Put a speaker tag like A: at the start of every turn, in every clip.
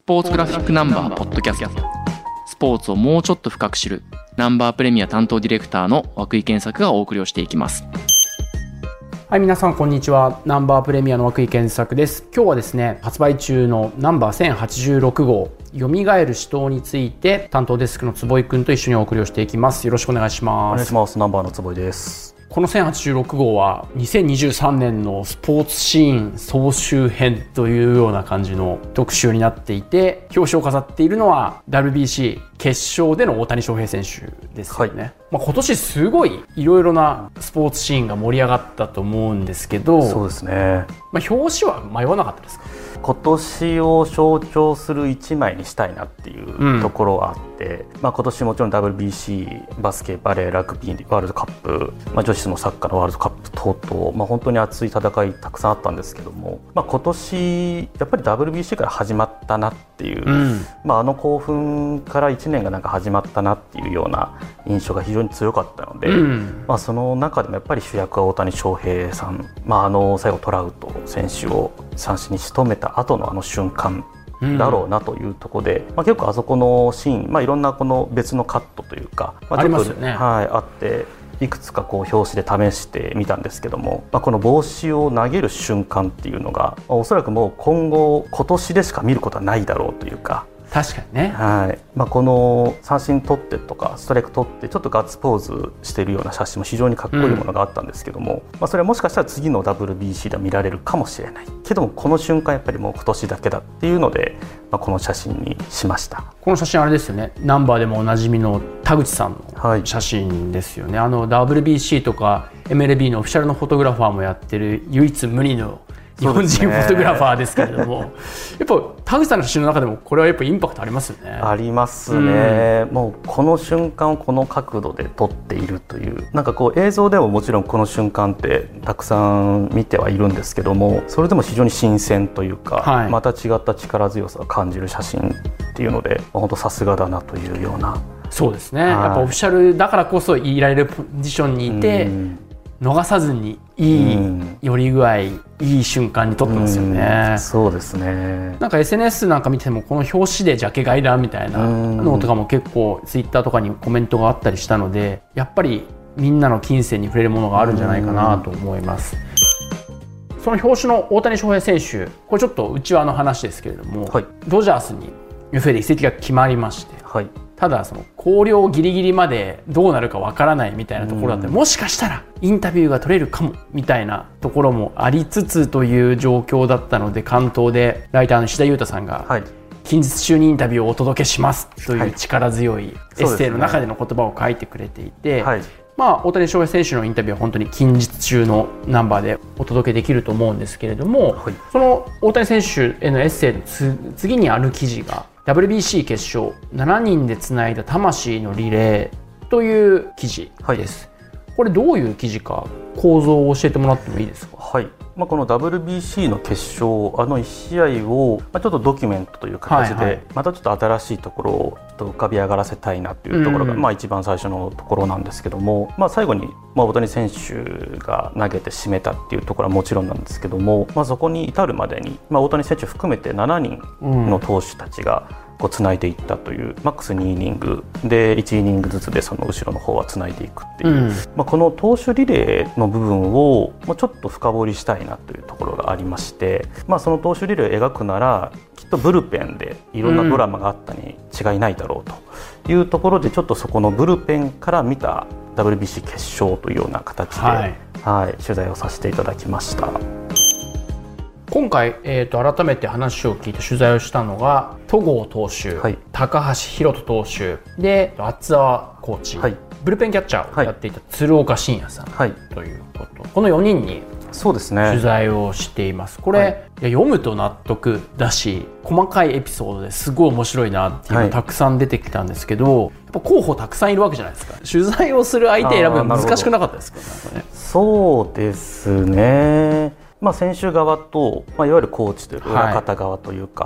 A: ポーツグラフィックナンバーポッドキャスト。スポーツをもうちょっと深く知るナンバープレミア担当ディレクターの涌井健作がお送りをしていきます。
B: はい、皆さんこんにちは。ナンバープレミアの涌井健作です。今日はですね、発売中のナンバー1086号蘇る死闘について担当デスクの坪井くんと一緒にお送りをしていきます。よろしくお願いします。
C: お願いします。ナンバーの坪井です。
B: この1086号は2023年のスポーツシーン総集編というような感じの特集になっていて、表紙を飾っているのは WBC 決勝での大谷翔平選手ですよね。今年すごいいろいろなスポーツシーンが盛り上がったと思うんですけど、
C: そうですね。
B: 表紙は迷わなかったですか？
C: 今年を象徴する一枚にしたいなっていうところはあって、今年もちろん WBC バスケ、バレー、ラグビーワールドカップ、女子のサッカーのワールドカップ等々、本当に熱い戦いたくさんあったんですけども、今年やっぱり WBC から始まったなっていう、あの興奮から1年がなんか始まったなっていうような印象が非常に強かったので、その中でもやっぱり主役は大谷翔平さん、最後トラウト選手を三振に仕留めた後のあの瞬間だろうなというところで、結構あそこのシーン、いろんなこの別のカットというか、
B: ありますよね。
C: あっていくつかこう表紙で試してみたんですけども、この帽子を投げる瞬間っていうのが、おそらくもう今年でしか見ることはないだろうというか。
B: 確かにね、
C: この三振取ってとかストライク取ってちょっとガッツポーズしているような写真も非常にかっこいいものがあったんですけども、それはもしかしたら次の WBC では見られるかもしれないけども、この瞬間やっぱりもう今年だけだっていうので、この写真にしました。
B: この写真あれですよね、ナンバーでもおなじみの田口さんの写真ですよね。WBC とか MLB のオフィシャルのフォトグラファーもやってる唯一無二の日本人フォトグラファーですけれども、やっぱ田口さんの写真の中でもこれはやっぱインパクトありますよね。
C: ありますね、もうこの瞬間をこの角度で撮っているという、なんかこう映像でももちろんこの瞬間ってたくさん見てはいるんですけども、それでも非常に新鮮というか、また違った力強さを感じる写真っていうので、本当さすがだなというような。
B: そうですね、やっぱオフィシャルだからこそいられるポジションにいて、逃さずにいい寄り具合、いい瞬間に撮ってますよね。
C: そうですね。
B: なんか SNS なんか見てもこの表紙でジャケ買いだみたいなのとかも結構ツイッターとかにコメントがあったりしたので、やっぱりみんなの金銭に触れるものがあるんじゃないかなと思います。その表紙の大谷翔平選手、これちょっと内輪の話ですけれども、ドジャースに UFA で移籍が決まりまして、ただその考慮ギリギリまでどうなるかわからないみたいなところだったり、もしかしたらインタビューが取れるかもみたいなところもありつつという状況だったので、関東でライターの石田裕太さんが、近日中にインタビューをお届けしますという力強いエッセイの中での言葉を書いてくれていて、大谷翔平選手のインタビューは本当に近日中のナンバーでお届けできると思うんですけれども、その大谷選手へのエッセイの次にある記事がWBC 決勝7人でつないだ魂のリレーという記事です。これどういう記事か構造を教えてもらってもいいですか？
C: この WBC の決勝、1試合をちょっとドキュメントという形で、またちょっと新しいところをちょっと浮かび上がらせたいなというところが、一番最初のところなんですけども、最後に大谷選手が投げて締めたっていうところはもちろんなんですけども、そこに至るまでに、大谷選手含めて7人の投手たちがつないでいったという、マックス2イニングで1イニングずつでその後ろの方はつないでいくっていう、この投手リレーの部分をちょっと深掘りしたいなというところがありまして、その投手リレーを描くならきっとブルペンでいろんなドラマがあったに違いないだろうというところで、ちょっとそこのブルペンから見た WBC 決勝というような形で、取材をさせていただきました。
B: 今回、改めて話を聞いて取材をしたのが戸郷投手、高橋宏斗投手で厚澤コーチ、ブルペンキャッチャーをやっていた鶴岡慎也さん、ということ、この4人に取材をしています。これ、読むと納得だし、細かいエピソードですごい面白いなっていうのがたくさん出てきたんですけど、やっぱ候補たくさんいるわけじゃないですか。取材をする相手選ぶの難しくなかったですか？
C: そうですね。選手側と、いわゆるコーチというか裏方側というか、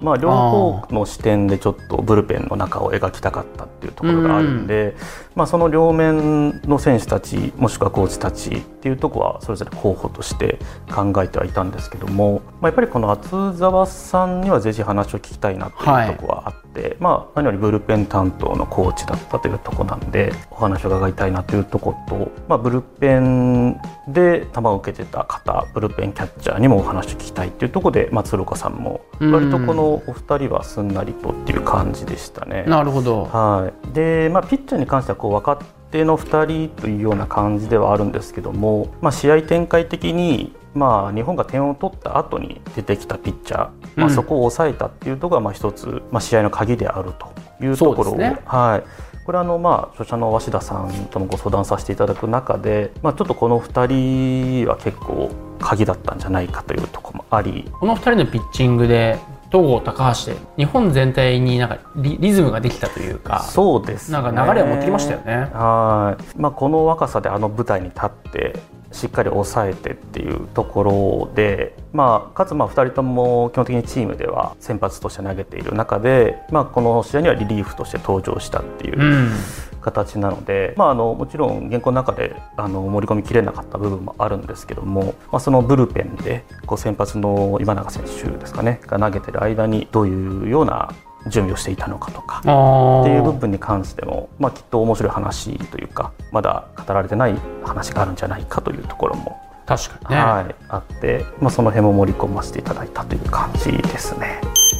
C: 両方の視点でちょっとブルペンの中を描きたかったっていうところがあるんで、その両面の選手たちもしくはコーチたちっていうところはそれぞれ候補として考えてはいたんですけども、やっぱりこの厚澤さんにはぜひ話を聞きたいなというところはあって、何よりブルペン担当のコーチだったというところなんでお話を伺いたいなというところと、ブルペンで球を受けてた方、ブルペンキャッチャーにもお話を聞きたいというところで、鶴岡さんも割とこのお二人はすんなりとっていう感じでしたね。
B: なるほど。
C: で、ピッチャーに関しては若手の2人というような感じではあるんですけども、試合展開的に日本が点を取った後に出てきたピッチャー、そこを抑えたっていうところが一つ、試合の鍵であるというところを、これは著者の鷲田さんともご相談させていただく中で、ちょっとこの2人は結構鍵だったんじゃないかというところもあり、
B: この2人のピッチングで戸郷、高橋で日本全体にリズムができたというか、
C: そうですね、
B: 流れを持ってきましたよね。
C: この若さで舞台に立ってしっかり抑えてっていうところで、かつ2人とも基本的にチームでは先発として投げている中で、この試合にはリリーフとして登場したっていう形なので、もちろん原稿の中で盛り込みきれなかった部分もあるんですけども、そのブルペンで先発の今永選手ですかねが投げてる間にどういうような準備をしていたのかとかっていう部分に関しても、きっと面白い話というかまだ語られてない話があるんじゃないかというところも
B: 確かにね、
C: あって、その辺も盛り込ませていただいたという感じですね。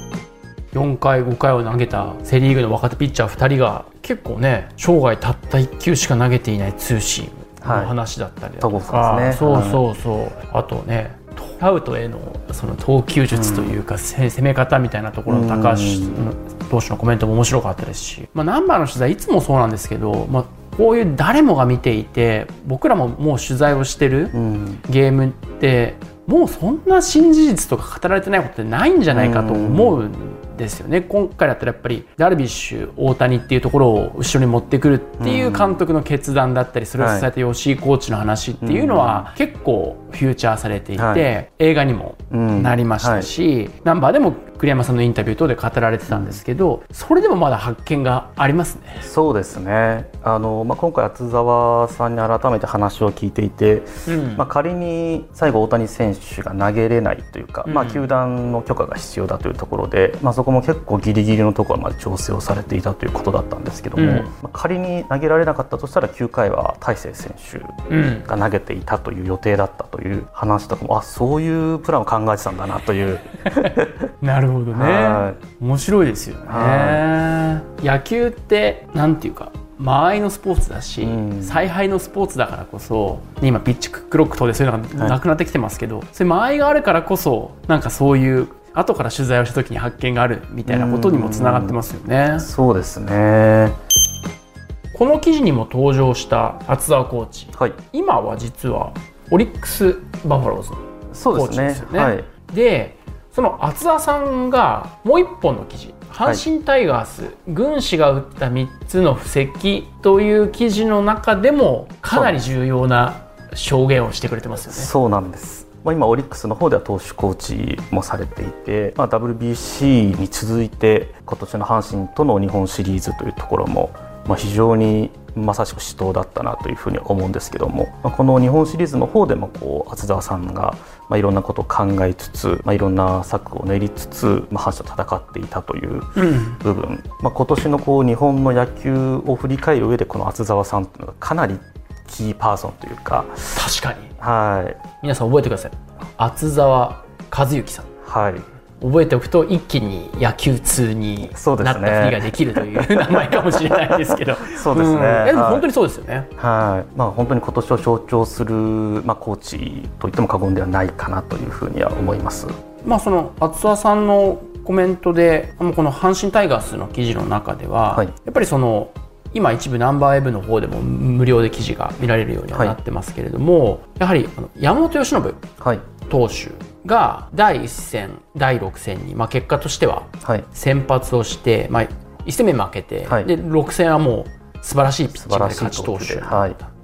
B: 4回5回を投げたセリーグの若手ピッチャー2人が結構ね、生涯たった1球しか投げていないツーシームの話だったりだとか、あとねトラウトへのその投球術というか、攻め方みたいなところの高橋投手のコメントも面白かったですし、ナンバーの取材いつもそうなんですけど、こういう誰もが見ていて僕らももう取材をしてるゲームってもうそんな新事実とか語られてないことってないんじゃないかと思うんですよね。今回だったらやっぱりダルビッシュ、大谷っていうところを後ろに持ってくるっていう監督の決断だったり、それを支えた吉井コーチの話っていうのは結構フューチャーされていて、映画にもなりましたし、ナンバーでも栗山さんのインタビュー等で語られてたんですけど、それでもまだ発見がありますね。
C: そうですね。今回厚澤さんに改めて話を聞いていて、仮に最後大谷選手が投げれないというか、球団の許可が必要だというところで、そこも結構ギリギリのところまで調整をされていたということだったんですけども、仮に投げられなかったとしたら9回は大勢選手が投げていたという予定だったという話とかも、そういうプランを考えてたんだなという
B: なるほどね。面白いですよね。野球ってなんていうか間合いのスポーツだし、采配のスポーツだからこそ、今ピッチクロック等でそういうのがなくなってきてますけど、そういう間合いがあるからこそそういう後から取材をした時に発見があるみたいなことにもつながってますよね。
C: そうですね。
B: この記事にも登場した厚澤コーチ、今は実はオリックスバファローズのコーチですよね。でその厚澤さんがもう一本の記事、阪神タイガース、軍師が打った3つの布石という記事の中でもかなり重要な証言をしてくれてますよね。
C: そうなんです。今オリックスの方では投手コーチもされていて、WBC に続いて今年の阪神との日本シリーズというところも、非常にまさしく死闘だったなというふうに思うんですけども、この日本シリーズの方でも厚澤さんがいろんなことを考えつつ、いろんな策を練りつつ、阪神と戦っていたという部分、今年の日本の野球を振り返る上でこの厚澤さんというのがかなりキーパーソンというか。
B: 確かに、皆さん覚えてください。厚澤和之さん、覚えておくと一気に野球通になったふりができるという名前かもしれないですけど
C: そうですね、
B: でも本当にそうですよね。
C: 本当に今年を象徴する、コーチといっても過言ではないかなというふうには思います。
B: その厚澤さんのコメントでこの阪神タイガースの記事の中では、やっぱり今一部ナンバーウェブの方でも無料で記事が見られるようにはなってますけれども、やはり山本由伸投手が第1戦第6戦に、結果としては先発をして、1戦目負けて、で6戦はもう素晴らしいピッチングで勝ち投手、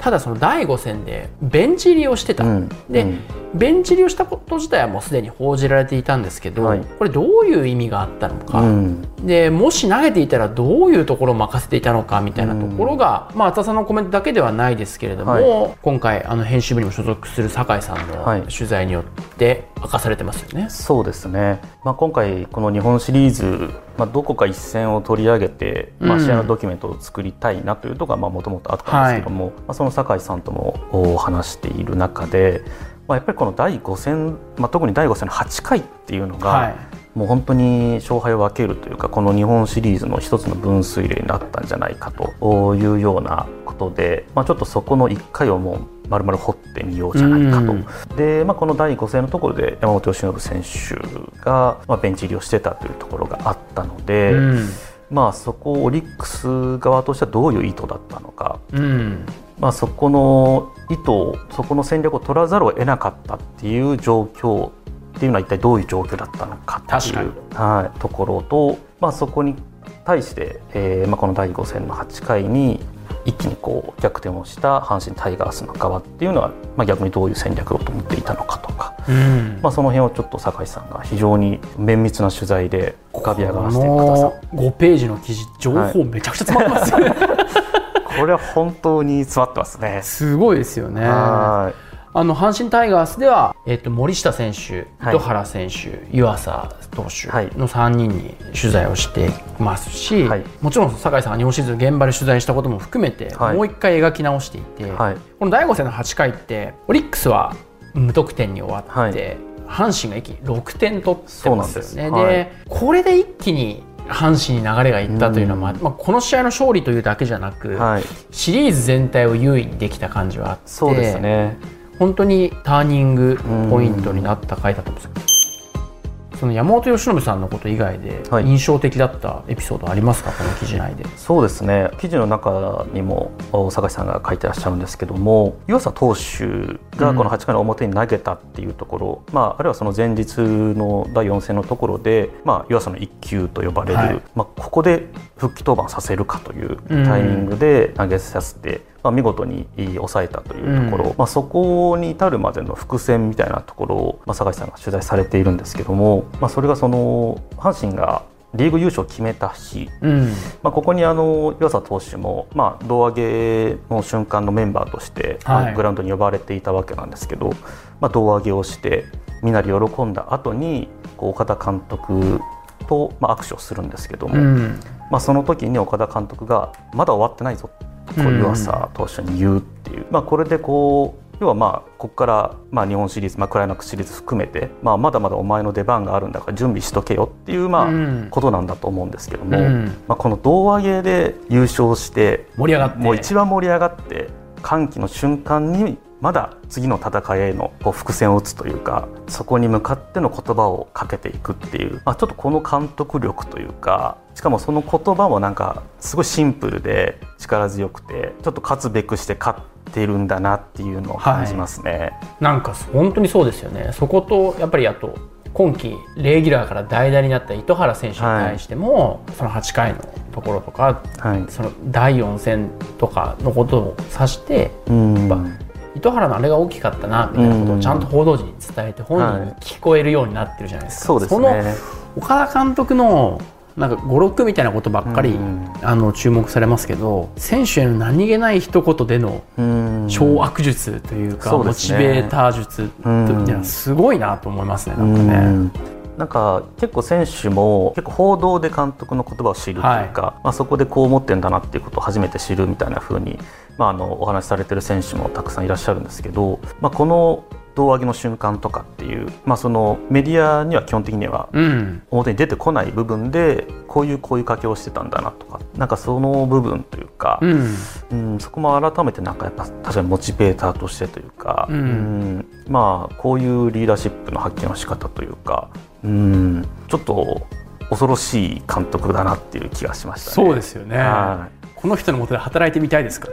B: ただその第5戦でベンチ入りをしてた、で、ベンチ入りをしたこと自体はもうすでに報じられていたんですけど、これどういう意味があったのか、でもし投げていたらどういうところを任せていたのかみたいなところが、厚田さんのコメントだけではないですけれども、今回編集部にも所属する酒井さんの取材によって明かされてますよね。
C: そうですね、今回この日本シリーズ、どこか一戦を取り上げて、試合のドキュメントを作りたいなというのがもともとあったんですけども、その酒井さんとも話している中で、やっぱりこの第5戦、特に第5戦の8回っていうのが、もう本当に勝敗を分けるというか、この日本シリーズの一つの分水嶺になったんじゃないかというようなことで、ちょっとそこの1回をもう丸々掘ってみようじゃないかと。で、この第5戦のところで山本由伸選手がベンチ入りをしてたというところがあったので、そこをオリックス側としてはどういう意図だったのか、そこの意図、そこの戦略を取らざるを得なかったっていう状況っていうのは一体どういう状況だったのかっていう、ところと、そこに対して、この第5戦の8回に一気に逆転をした阪神タイガースの側っていうのは、逆にどういう戦略をと思っていたのかとか、その辺をちょっと酒井さんが非常に綿密な取材で浮かび上がらせてください。
B: 5ページの記事、情報めちゃくちゃ詰まってますよね。
C: これは本当に詰まってますね。
B: すごいですよね。阪神タイガースでは、森下選手、糸原選手、湯浅投手の3人に取材をしていますし、もちろん酒井さんが日本シリーズ現場で取材したことも含めて、もう一回描き直していて、この第5戦の8回ってオリックスは無得点に終わって、阪神が一気に6点取ってますよね。で、これで一気に阪神に流れがいったというのは、この試合の勝利というだけじゃなく、シリーズ全体を優位にできた感じはあって、
C: そうですね、
B: 本当にターニングポイントになった回だと思うんですけど、その山本由伸さんのこと以外で印象的だったエピソードありますか、この記事内で。
C: そうですね、記事の中にも酒井さんが書いてらっしゃるんですけども、湯浅投手がこの8回の表に投げたっていうところ、あるいはその前日の第4戦のところで、湯浅の1球と呼ばれる、ここで復帰登板させるかというタイミングで投げさせて、見事に抑えたというところ、そこに至るまでの伏線みたいなところを、酒井さんが取材されているんですけども、それがその阪神がリーグ優勝を決めた日、ここに湯浅投手も、胴上げの瞬間のメンバーとして、グラウンドに呼ばれていたわけなんですけど、胴上げをしてみんなで喜んだ後に岡田監督と握手をするんですけども、その時に岡田監督がまだ終わってないぞと湯浅投手に言うっていう、これで要はここから日本シリーズ、クライマックスシリーズ含めて、まだまだお前の出番があるんだから準備しとけよっていうことなんだと思うんですけども、この胴上げで優勝して
B: 盛り上がって、
C: もう一番盛り上がって歓喜の瞬間にまだ次の戦いへの伏線を打つというか、そこに向かっての言葉をかけていくっていう、ちょっとこの監督力というか、しかもその言葉もなんかすごいシンプルで力強くて、ちょっと勝つべくして勝ってるんだなっていうのを感じますね。
B: なんか本当にそうですよね。そことやっぱりあと今季レギュラーから代打になった糸原選手に対しても、その8回のところとか、その第4戦とかのことを指して、糸原のあれが大きかったなみたいなことをちゃんと報道陣に伝えて本人に聞こえるようになってるじゃないですか。
C: そうですね。
B: その岡田監督のなんか語録みたいなことばっかり注目されますけど、選手への何気ない一言での掌握術というか、モチベーター術っていうのはすごいなと思いますね。
C: なんか結構選手も結構報道で監督の言葉を知るというか、そこでこう思ってんだなっていうことを初めて知るみたいな風に、お話しされてる選手もたくさんいらっしゃるんですけど、この胴上げの瞬間とかっていう、そのメディアには基本的には表に出てこない部分でこういう掛けをしてたんだなとか、なんかその部分というか、そこも改めてなんかやっぱ確かにモチベーターとしてというか、こういうリーダーシップの発揮の仕方というか、ちょっと恐ろしい監督だなっていう気がしましたね。
B: そうですよね。この人の下で働いてみたいですか？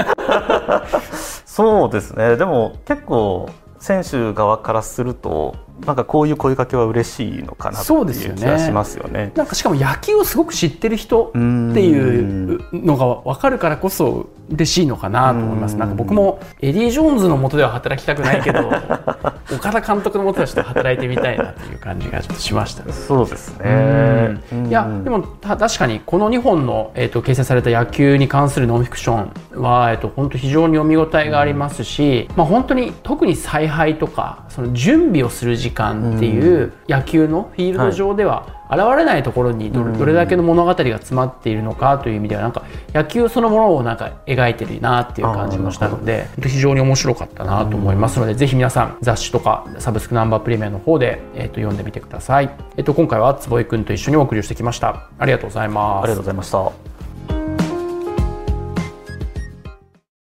C: そうですね。でも結構選手側からするとなんかこういう声かけは嬉しいのかなっていう気がしますよね。
B: なんかしかも野球をすごく知ってる人っていうのが分かるからこそ嬉しいのかなと思います。なんか僕もエディ・ジョーンズの下では働きたくないけど岡田監督の下ではちょっと働いてみたいなという感じがちょっとしましたね。
C: そうですね。
B: いやでも確かにこの2本の、掲載された野球に関するノンフィクションは、本当非常に読み応えがありますし、本当に特に采配とかその準備をする時間っていう野球のフィールド上では現れないところにどれだけの物語が詰まっているのかという意味ではなんか野球そのものをなんか描いてるなっていう感じもしたので非常に面白かったなと思いますので、ぜひ皆さん雑誌とかサブスクナンバープレミアの方で、読んでみてください。今回は坪井くんと一緒にお送りをしてきました。ありがとうございます。
C: ありがとうございました。